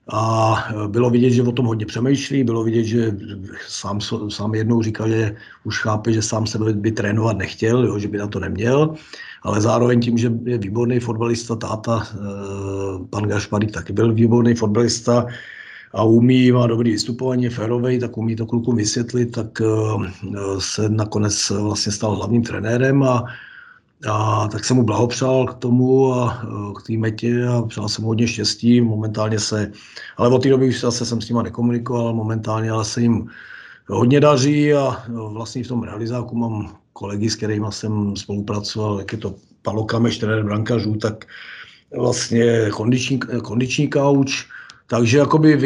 A bylo vidět, že o tom hodně přemýšlí, bylo vidět, že sám jednou říkal, že už chápe, že sám sebe by trénovat nechtěl, jo, že by na to neměl, ale zároveň tím, že je výborný fotbalista, táta, pan Gašparík taky byl výborný fotbalista a má dobrý vystupování, férovej, tak umí to klukům vysvětlit, tak se nakonec vlastně stal hlavním trenérem a tak jsem mu blahopřál k tomu a k té metě a přál jsem mu hodně štěstí. Momentálně ale od té doby už zase jsem s nima nekomunikoval, momentálně ale se jim hodně daří a vlastně v tom realizáku mám kolegy, s kterými jsem spolupracoval, jak je to Palo Kameš, trenér brankařů, tak vlastně kondiční kauč. Takže jakoby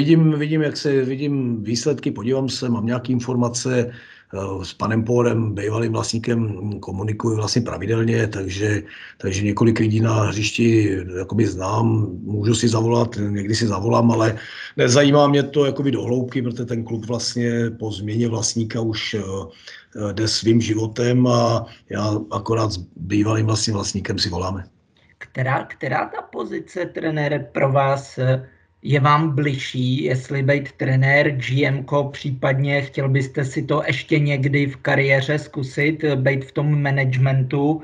vidím výsledky, podívám se, mám nějaké informace, s panem Pórem, bývalým vlastníkem, komunikuji vlastně pravidelně, takže několik lidí na hřišti jakoby znám, můžu si zavolat, někdy si zavolám, ale nezajímá mě to jakoby do hloubky, protože ten klub vlastně po změně vlastníka už jde svým životem a já akorát s bývalým vlastníkem si voláme. Která ta pozice trenéra pro vás je vám bližší, jestli být trenér, GMko, případně chtěl byste si to ještě někdy v kariéře zkusit, být v tom managementu,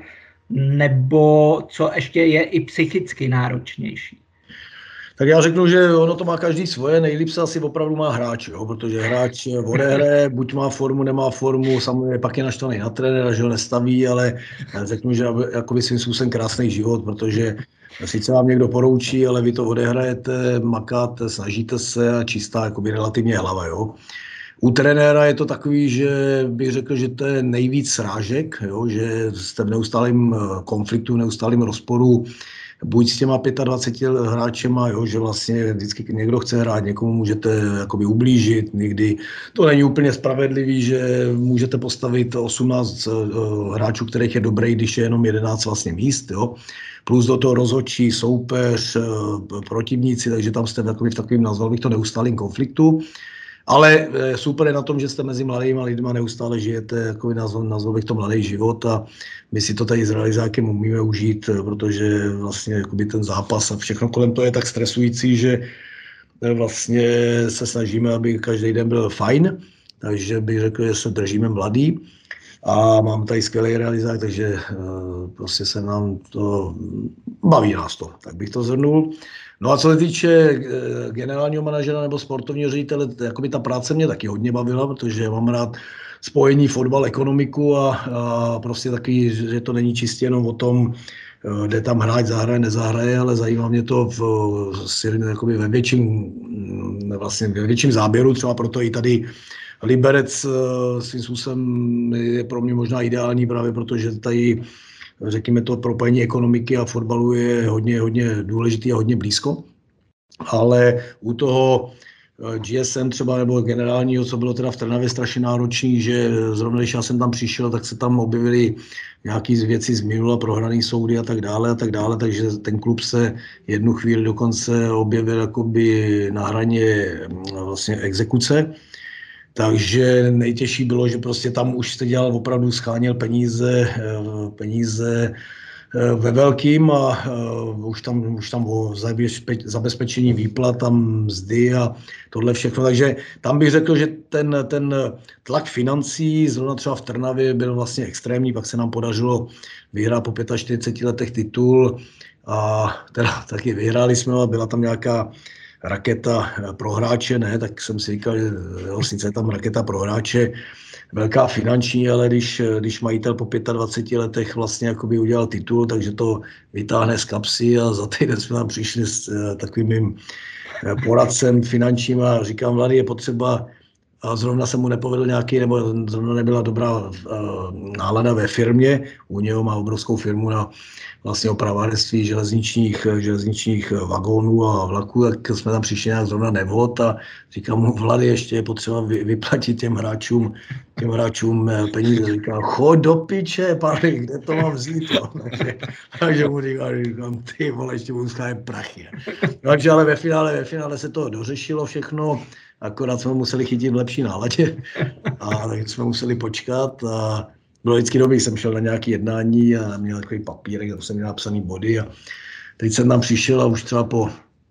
nebo co ještě je i psychicky náročnější? Tak já řeknu, že ono to má každý svoje, nejlíp se asi opravdu má hráč, jo? Protože hráč odehraje, buď má formu, nemá formu, samozřejmě pak je naštvaný na trenéra, že ho nestaví, ale řeknu, že jakoby svým způsobem krásný život, protože sice vám někdo poroučí, ale vy to odehrajete, makáte, snažíte se a čistá jakoby relativně hlava, jo? U trenéra je to takový, že bych řekl, že to je nejvíc srážek, jo? Že jste v neustálém konfliktu, v neustálém rozporu, buď s těma 25 hráčema, jo, že vlastně vždycky někdo chce hrát, někomu můžete jakoby ublížit, někdy to není úplně spravedlivý, že můžete postavit 18 hráčů, kterých je dobrý, když je jenom 11 vlastně míst, jo. Plus do toho rozhodčí, soupeř, protivníci, takže tam jste v takovým, nazval bych to, neustálým konfliktu. Ale super je na tom, že jste mezi mladými lidmi neustále žijete, jako nazval bych to mladý život a my si to tady s realizákem umíme užít, protože vlastně jakoby ten zápas a všechno kolem toho je tak stresující, že vlastně se snažíme, aby každý den byl fajn, takže bych řekl, že se držíme mladý a mám tady skvělý realizák, takže prostě se nám to, baví nás to, tak bych to zhrnul. No a co se týče generálního manažera nebo sportovního ředitele, jakoby ta práce mě taky hodně bavila, protože mám rád spojení fotbal, ekonomiku a prostě taky, že to není čistě jenom o tom, jde tam hráč, zahraje, nezahraje, ale zajímá mě to ve větším záběru, třeba proto i tady Liberec svým způsobem je pro mě možná ideální právě, protože tady řekněme to propojení ekonomiky a fotbalu je hodně důležitý a hodně blízko. Ale u toho GSM třeba nebo generálního, co bylo teda v Trnavě strašně náročný, že zrovna když já jsem tam přišel, tak se tam objevily nějaké věci z minula, prohraný soudy a tak dále, takže ten klub se jednu chvíli dokonce objevil jakoby na hraně vlastně exekuce. Takže nejtěžší bylo, že prostě tam už jste dělal opravdu, scháněl peníze ve velkým a už tam o zabezpečení výplat, tam mzdy a tohle všechno. Takže tam bych řekl, že ten tlak financí, zrovna třeba v Trnavě, byl vlastně extrémní, pak se nám podařilo vyhrát po 45 letech titul a teda taky vyhráli jsme a byla tam nějaká raketa pro hráče, ne, tak jsem si říkal, že jo, sice je tam raketa pro hráče, velká finanční, ale když majitel po 25 letech vlastně jakoby udělal titul, takže to vytáhne z kapsy a za týden jsme tam přišli s takovým mým poradcem finančním a říkám, Vlady, je potřeba, a zrovna se mu nepovedl nějaký, nebo zrovna nebyla dobrá nálada ve firmě, u něho má obrovskou firmu na vlastně opravárenství železničních vagónů a vlaků, tak jsme tam přišli nějak zrovna nevhod a říkám mu, Vlady, ještě je potřeba vyplatit těm hráčům peníze. Říkám, chod do piče, pane, kde to mám vzít? Takže mu říkám, ty vole, ještě budu schájet prachy. Takže ale ve finále se to dořešilo všechno, akorát jsme museli chytit v lepší náladě a tak jsme museli počkat a bylo vždycky dobrý, jsem šel na nějaké jednání a měl takový papírek, tam jsem měl napsaný body a teď jsem tam přišel a už třeba po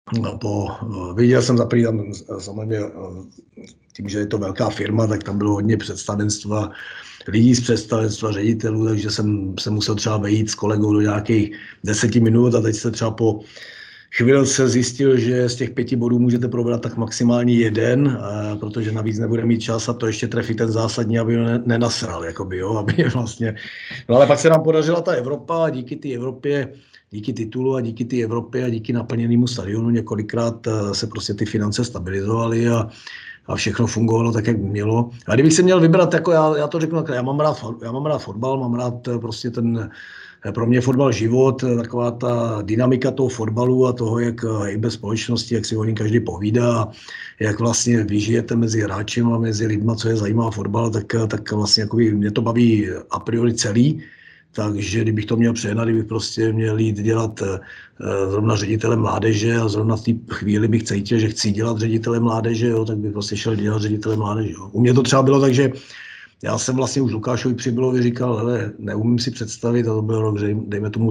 Viděl jsem za první tam samozřejmě tím, že je to velká firma, tak tam bylo hodně představenstva, lidí z představenstva, ředitelů, takže jsem se musel třeba vejít s kolegou do nějakých 10 minut a teď se třeba po chvilce zjistil, že z těch 5 bodů můžete probrat tak maximálně jeden, protože navíc nebude mít čas a to ještě trefí ten zásadní, aby ho nenasral, jakoby, jo, aby vlastně. No ale pak se nám podařila ta Evropa a díky té Evropě, díky titulu a díky té Evropě a díky naplněnému stadionu několikrát se prostě ty finance stabilizovaly a všechno fungovalo tak, jak mělo. A kdybych se měl vybrat, jako já to řeknu, já mám rád fotbal, mám rád prostě pro mě fotbal život, taková ta dynamika toho fotbalu a toho, jak hejbe společnosti, jak si o ní každý povídá, jak vlastně vyžijete mezi hráčem a mezi lidma, co je zajímá fotbal, tak vlastně jakoby, mě to baví a priori celý. Takže kdybych to měl přehnat, kdybych prostě měl jít dělat zrovna ředitele mládeže a zrovna v té chvíli bych cítil, že chci dělat ředitele mládeže, jo, tak bych prostě šel dělat ředitele mládeže. Jo. U mě to třeba bylo tak, že já jsem vlastně už Lukášovi Přibylovi říkal, hele, neumím si představit, a to byl rok, dejme tomu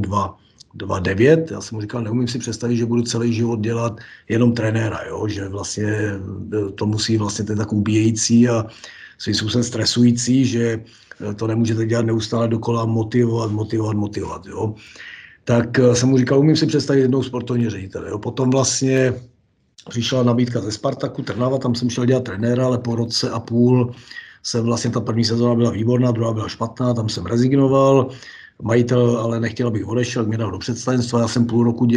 2009, já jsem mu říkal, neumím si představit, že budu celý život dělat jenom trenéra, jo, že vlastně to musí vlastně ten tak ubíjející a svým způsobem stresující, že to nemůžete dělat neustále dokola motivovat, jo. Tak jsem mu říkal, umím si představit jednou sportovní ředitele, jo. Potom vlastně přišla nabídka ze Spartaku Trnava, tam jsem šel dělat trenéra, ale po roce a půl jsem vlastně, ta první sezóna byla výborná, druhá byla špatná, tam jsem rezignoval, majitel ale nechtěl, abych odešel, mě dal do představenstva, já jsem půl roku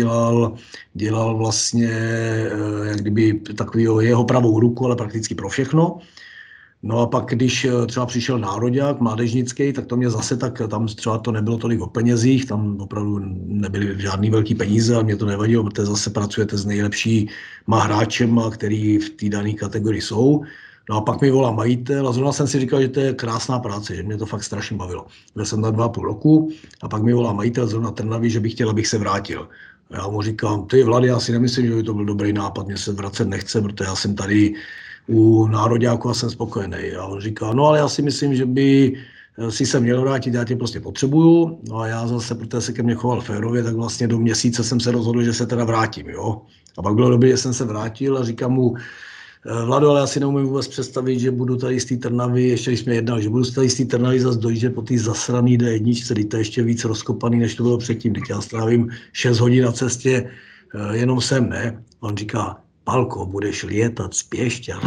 dělal vlastně jak kdyby takového jeho pravou ruku, ale prakticky pro všechno. No a pak, když třeba přišel nároďák mládežnický, tak to mě zase tak, tam třeba to nebylo tolik o penězích, tam opravdu nebyly žádný velký peníze, ale mě to nevadilo, protože zase pracujete s nejlepšíma hráčema, který v té dané kategorii jsou. No a pak mi volá majitel a zrovna jsem si říkal, že to je krásná práce, že mě to fakt strašně bavilo. Byl jsem na 2,5 roku a pak mi volá majitel zrovna Trnavy, že bych chtěl, abych se vrátil. Já mu říkám, ty Vlady, já si nemyslím, že by to byl dobrý nápad, mě se vracet nechce, protože já jsem tady u nároďáku a jsem spokojený. A on říká, no ale já si myslím, že by si se měl vrátit, já tě prostě potřebuju. No a já zase, protože se ke mně choval férově, tak vlastně do měsíce jsem se rozhodl, že se teda vrátím, jo. A pak bylo dobré, že jsem se vrátil a říkám mu, Vlado, ale já si neumím vůbec představit, že budu tady z té Trnavy, ještě když jsme jednali, že budu tady z té Trnavy zase dojíždět po té zasraný D1, teď to je ještě víc rozkopaný, než to bylo předtím. Teď já strávím 6 hodin na cestě, jenom sem, ne? On říká, Palko, budeš lietat z Piešťan.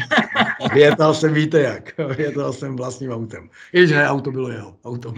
Lietal jsem, víte jak, lietal jsem vlastním autem. Jež ne, auto bylo jeho.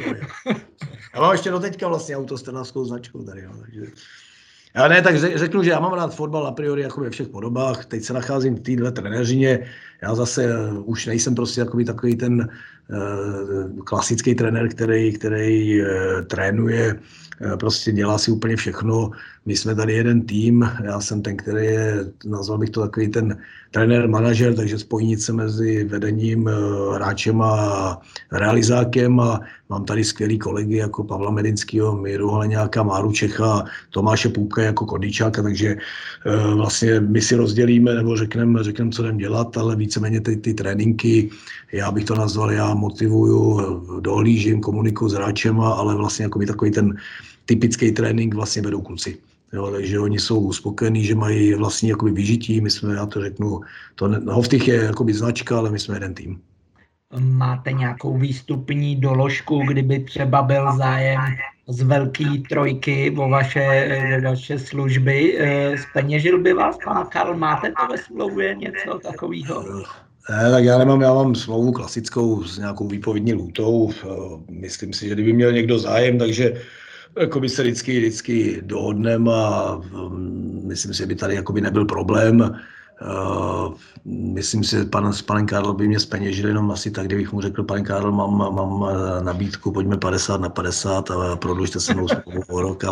Já mám ještě doteďka vlastně auto s trnavskou značkou tady, no, takže... Já ne, tak řeknu, že já mám rád fotbal a priori jako ve všech podobách. Teď se nacházím v téhle trenéřině. Já zase už nejsem prostě takový ten klasický trenér, který trénuje, prostě dělá si úplně všechno. My jsme tady jeden tým, já jsem ten, který je, nazval bych to takový ten trenér, manažer, takže spojnice mezi vedením, hráčem a realizákem a mám tady skvělý kolegy jako Pavla Medinskýho, Míru Haleňáka, Máru Čecha, Tomáše Půlka jako Kodičáka, takže vlastně my si rozdělíme nebo řekneme, co jdem dělat, ale víceméně ty tréninky, já bych to nazval, já motivuju, dohlížím, komunikuju s hráčema, ale vlastně jako takový ten typický trénink vlastně vedou kluci. Jo, takže oni jsou spokojení, že mají vlastní jakoby vyžití, my jsme, já to řeknu, Hoftych je jakoby značka, ale my jsme jeden tým. Máte nějakou výstupní doložku, kdyby třeba byl zájem z velký trojky o vaše služby? Zpeněžil by vás pan Karl? Máte to ve smlouvě něco takového? Ne, tak já mám smlouvu klasickou s nějakou výpovědní lhůtou. Myslím si, že kdyby měl někdo zájem, takže jakoby se vždycky dohodneme a myslím si, že by tady jakoby nebyl problém. Myslím si, že s panem Karlem by mě zpeněžil jenom asi tak, kdybych mu řekl, pane Karl, mám nabídku, pojďme 50/50 a prodlužte se mnou smlouvu o rok,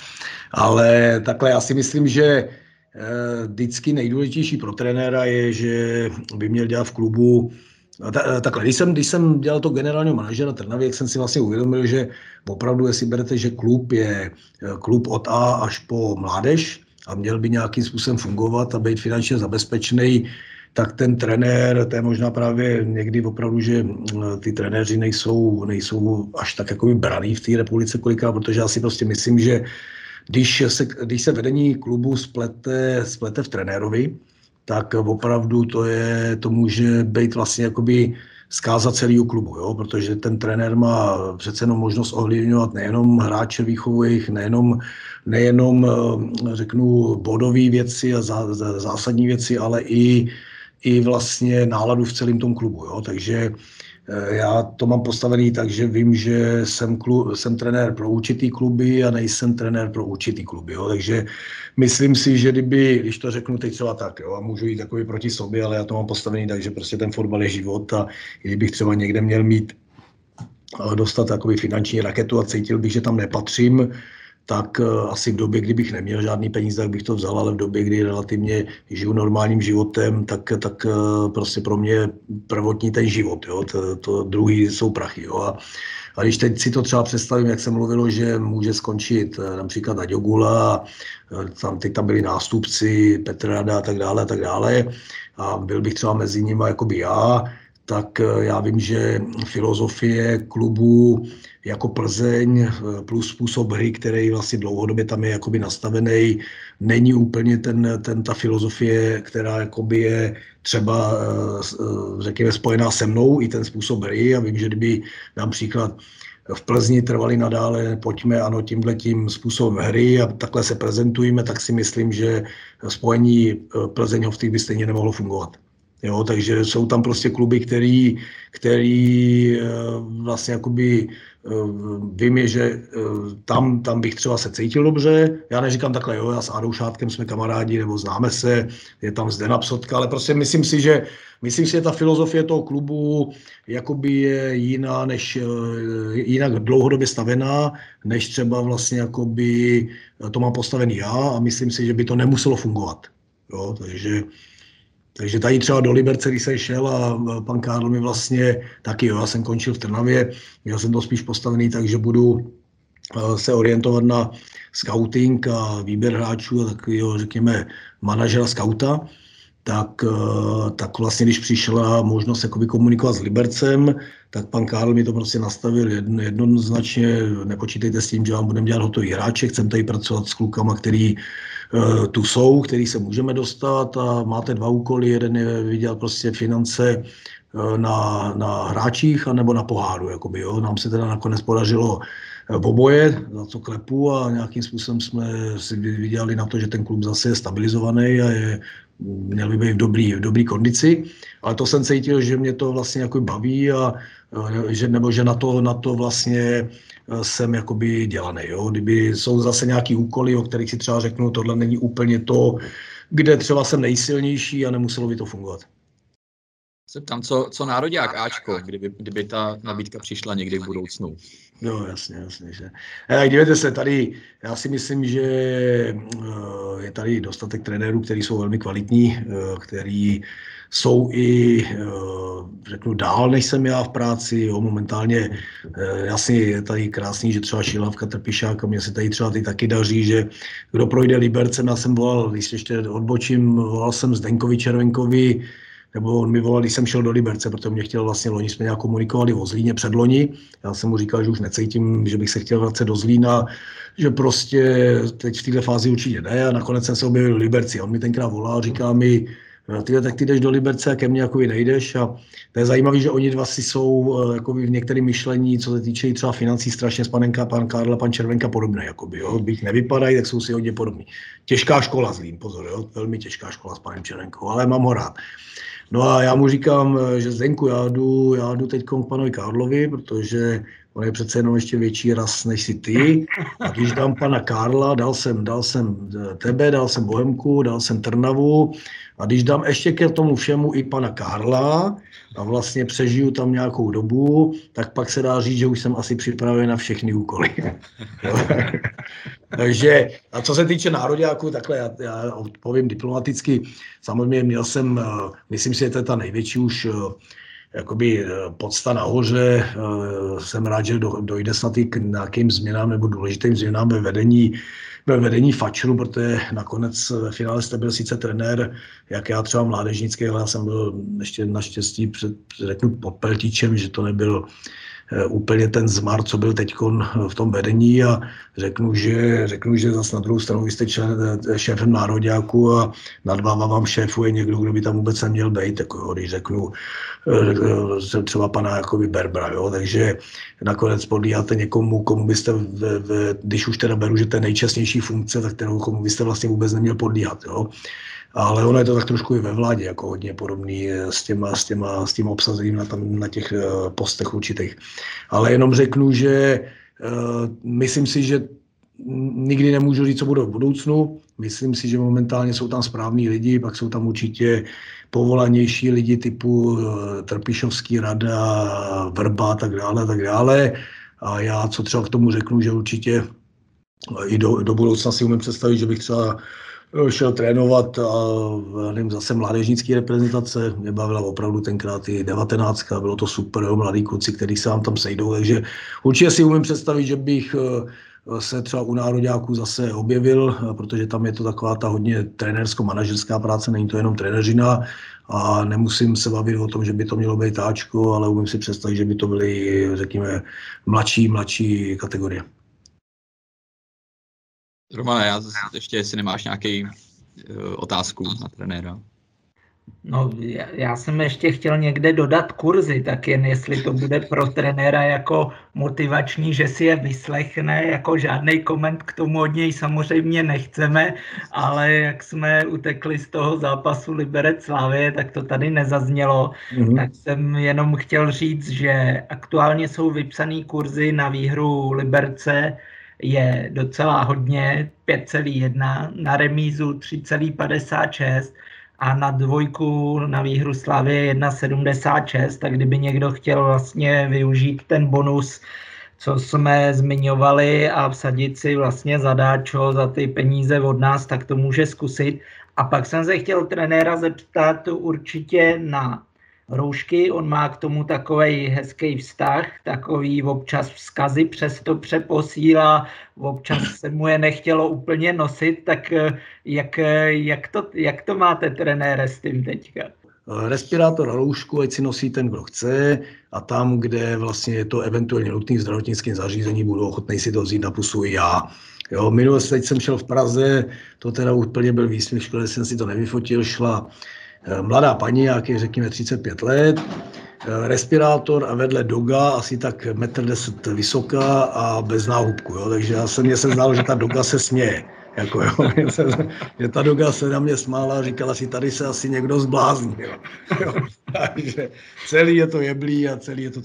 ale takhle já si myslím, že vždycky nejdůležitější pro trenéra je, že by měl dělat v klubu. Takhle, když jsem dělal to generálního manažera Trnavy, jak jsem si vlastně uvědomil, že opravdu, jestli berete, že klub je klub od A až po mládež a měl by nějakým způsobem fungovat a být finančně zabezpečený, tak ten trenér, to je možná právě někdy opravdu, že ty trenéři nejsou až tak jakoby braný v té republice kolikrát, protože já si prostě myslím, že když se vedení klubu splete v trenérovi, tak opravdu to může být vlastně jakoby zkáza celého klubu, jo? Protože ten trenér má přece jenom možnost ovlivňovat nejenom hráče výchovových, nejenom řeknu bodové věci a zásadní věci, ale i vlastně náladu v celém tom klubu, jo? Takže já to mám postavený tak, že vím, že jsem trenér pro určitý kluby a nejsem trenér pro určitý kluby. Jo. Takže myslím si, že když to řeknu teď třeba tak, jo, a můžu jít takový proti sobě, ale já to mám postavený tak, že prostě ten fotbal je život a kdybych třeba někde měl dostat takový finanční raketu a cítil bych, že tam nepatřím, tak asi v době, kdybych neměl žádný peníze, tak bych to vzal, ale v době, kdy relativně žiju normálním životem, tak prostě pro mě prvotní ten život, jo, to druhý jsou prachy, jo. A když teď si to třeba představím, jak se mluvilo, že může skončit například Aďogula, teď tam byli nástupci, Petr Rada a tak dále, a byl bych třeba mezi nimi jakoby já, tak já vím, že filozofie klubu jako Plzeň plus způsob hry, který vlastně dlouhodobě tam je jakoby nastavený, není úplně ta filozofie, která jakoby je třeba, řekněme, spojená se mnou, i ten způsob hry. A vím, že kdyby například v Plzni trvali nadále, pojďme ano tímhletím způsobem hry a takhle se prezentujeme, tak si myslím, že spojení Plzeň-Hoftýk by stejně nemohlo fungovat. Jo, takže jsou tam prostě kluby, který vlastně jakoby vím, že tam bych třeba se cítil dobře. Já neříkám takhle, jo, já s Ádou Šátkem jsme kamarádi, nebo známe se, je tam Zdena Psotka, ale prostě myslím si, že ta filozofie toho klubu jakoby je jiná, jinak dlouhodobě stavená, než třeba vlastně jakoby to mám postavený já a myslím si, že by to nemuselo fungovat. Jo, takže tady třeba do Liberce, když jsem šel a pan Karl mi vlastně taky, jo, já jsem končil v Trnavě, měl jsem to spíš postavený, takže budu se orientovat na scouting a výběr hráčů a takového, řekněme, manažera skauta, tak vlastně, když přišla možnost jakoby komunikovat s Libercem, tak pan Karl mi to prostě nastavil jednoznačně, nepočítejte s tím, že vám budeme dělat hotový hráče, chcem tady pracovat s klukama, který tu jsou, který se můžeme dostat a máte dva úkoly, jeden je vydělat prostě finance na hráčích anebo na poháru, jakoby, jo. Nám se teda nakonec podařilo oboje, za co klepu a nějakým způsobem jsme si vydělali na to, že ten klub zase je stabilizovaný a měl by být v dobrý kondici, ale to jsem cítil, že mě to vlastně jako baví a že na to vlastně jsem jakoby dělaný. Jo? Kdyby jsou zase nějaký úkoly, o kterých si třeba řeknu, tohle není úplně to, kde třeba jsem nejsilnější a nemuselo by to fungovat. Se ptám, co nároďák Ačko, kdyby ta nabídka přišla někdy v budoucnu? No, jasně. Dívejte se, tady já si myslím, že je tady dostatek trenérů, kteří jsou velmi kvalitní, kteří jsou i, řeknu, dál, než jsem já v práci. Jo, momentálně jasně je tady krásný, že třeba Šilavka, Trpišák a mě se tady třeba ty taky daří, že kdo projde Libercem, já jsem volal, když ještě odbočím, volal jsem Zdenkovi Červenkovi, nebo on mi volal, když jsem šel do Liberce, protože mě chtěl vlastně loni, jsme nějak komunikovali o Zlíně předloni. Já jsem mu říkal, že už necítím, že bych se chtěl vracet do Zlína, že prostě teď v této fázi určitě ne a nakonec jsem se objevil v Liberci. On mi tenkrát volal, říká mi, tak ty jdeš do Liberce a ke mně jako nejdeš a to je zajímavé, že oni dva si jsou jako v některém myšlení, co se týče třeba financí, strašně s pan Karl a pan Červenka podobné, jakoby, jo, byť nevypadají, tak jsou si hodně podobní. Těžká škola Zlín, pozor, jo, velmi těžká škola s panem Červenkou, ale mám ho rád. No a já mu říkám, že Zdenku, já jdu teď k panovi Karlovi, protože on je přece jenom ještě větší ras než si ty. A když dám pana Karla, dal jsem tebe, dal jsem Bohemku, dal jsem Trnavu a když dám ještě ke tomu všemu i pana Karla a vlastně přežiju tam nějakou dobu, tak pak se dá říct, že už jsem asi připraven na všechny úkoly. Takže, a co se týče nároďáků, takhle já odpovím diplomaticky. Samozřejmě myslím si, že to je ta největší už jakoby podsta nahoře. Jsem rád, že dojde snad i k nějakým změnám nebo důležitým změnám ve vedení Fačru, protože nakonec ve finále jste byl sice trenér, jak já třeba mládežnický, ale já jsem byl ještě naštěstí řeknu pod Peltičem, že to nebyl úplně ten zmar, co byl teď v tom vedení a řeknu, že zase na druhou stranu vy jste šéfem nároďáku a nad váma vám šéfuje někdo, kdo by tam vůbec neměl být, jako, když řeknu třeba pana jakoby Berbera, jo, takže nakonec podlíháte někomu, komu byste, když už teda beru, že to je nejčastnější funkce, tak komu byste vlastně vůbec neměl podlíhat, jo. Ale ono je to tak trošku i ve vládě, jako hodně podobný s tím obsazením na těch postech určitých. Ale jenom řeknu, že myslím si, že nikdy nemůžu říct, co bude v budoucnu. Myslím si, že momentálně jsou tam správní lidi, pak jsou tam určitě povolanější lidi typu Trpišovský, Rada, Vrba a tak dále. A já co třeba k tomu řeknu, že určitě i do budoucna si umím představit, že bych třeba šel trénovat a nevím, zase mládežnický reprezentace. Mě bavila opravdu tenkrát i 19, bylo to super, jo, mladí kluci, kteří se vám tam sejdou, takže určitě si umím představit, že bych se třeba u nároďáků zase objevil, protože tam je to taková ta hodně trenérsko-manažerská práce, není to jenom trenéřina a nemusím se bavit o tom, že by to mělo být táčko, ale umím si představit, že by to byly, řekněme, mladší kategorie. Romane, já ještě, jestli nemáš nějaký otázku na trenéra. No, já jsem ještě chtěl někde dodat kurzy, tak jen jestli to bude pro trenéra jako motivační, že si je vyslechne, jako žádný koment k tomu od něj samozřejmě nechceme, ale jak jsme utekli z toho zápasu Liberec-Slavie, tak to tady nezaznělo. Tak jsem jenom chtěl říct, že aktuálně jsou vypsaný kurzy na výhru Liberce, je docela hodně, 5,1, na remízu 3,56 a na dvojku na výhru Slavie 1,76, tak kdyby někdo chtěl vlastně využít ten bonus, co jsme zmiňovali a vsadit si vlastně zadáčo za ty peníze od nás, tak to může zkusit. A pak jsem se chtěl trenéra zeptat určitě na roušky, on má k tomu takovej hezký vztah, takový občas vzkazy přesto přeposílá, občas se mu je nechtělo úplně nosit, tak jak to máte, trenére, s tím teďka? Respirátor a roušku, ať si nosí ten, kdo chce, a tam, kde vlastně je to eventuálně nutné v zdravotnickém zařízení, budu ochotný si to vzít na pusu i já. Jo, minule teď jsem šel v Praze, to teda úplně byl výsměch, škoda, jsem si to nevyfotil, šla mladá paní, nějaký řekněme 35 let, respirátor a vedle doga, asi tak 1,10 m vysoká a bez náhubku, jo, takže mně se zdálo, že ta doga se směje. Jako, jo, že ta doga se na mě smála a říkala si, tady se asi někdo zblázní. Jo. Takže celý je to jeblý a celý je to...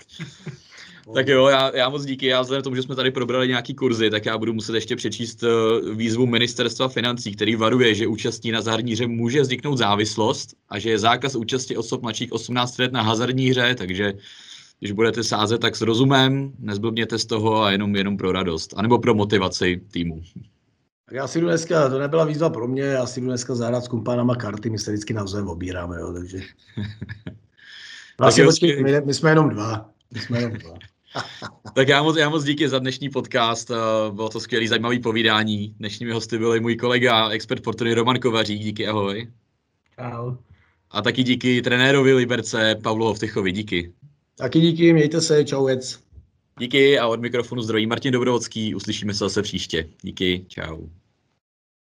Tak jo, já moc díky. Já vzhledem k tomu, že jsme tady probrali nějaký kurzy, tak já budu muset ještě přečíst výzvu Ministerstva financí, který varuje, že účastí na hazardní hře může vzniknout závislost a že je zákaz účasti osob mladších 18 let na hazardní hře, takže když budete sázet, tak s rozumem, nezblbněte z toho a jenom pro radost, anebo pro motivaci týmu. Já si jdu dneska, to nebyla výzva pro mě, já si jdu dneska zahrát s kumpánama karty, my se vždycky navzájem obíráme, jo, takže... Vlastně my jsme jenom dva. Tak já moc díky za dnešní podcast, bylo to skvělý, zajímavý povídání. Dnešními hosty byli můj kolega, expert Fortuny Roman Kovařík, díky, ahoj. Čau. A taky díky trenérovi Liberce Pavlu Hovtychovi, díky. Taky díky, mějte se, čau věc. Díky a od mikrofonu zdraví Martin Dobrovodský, uslyšíme se zase příště. Díky, čau.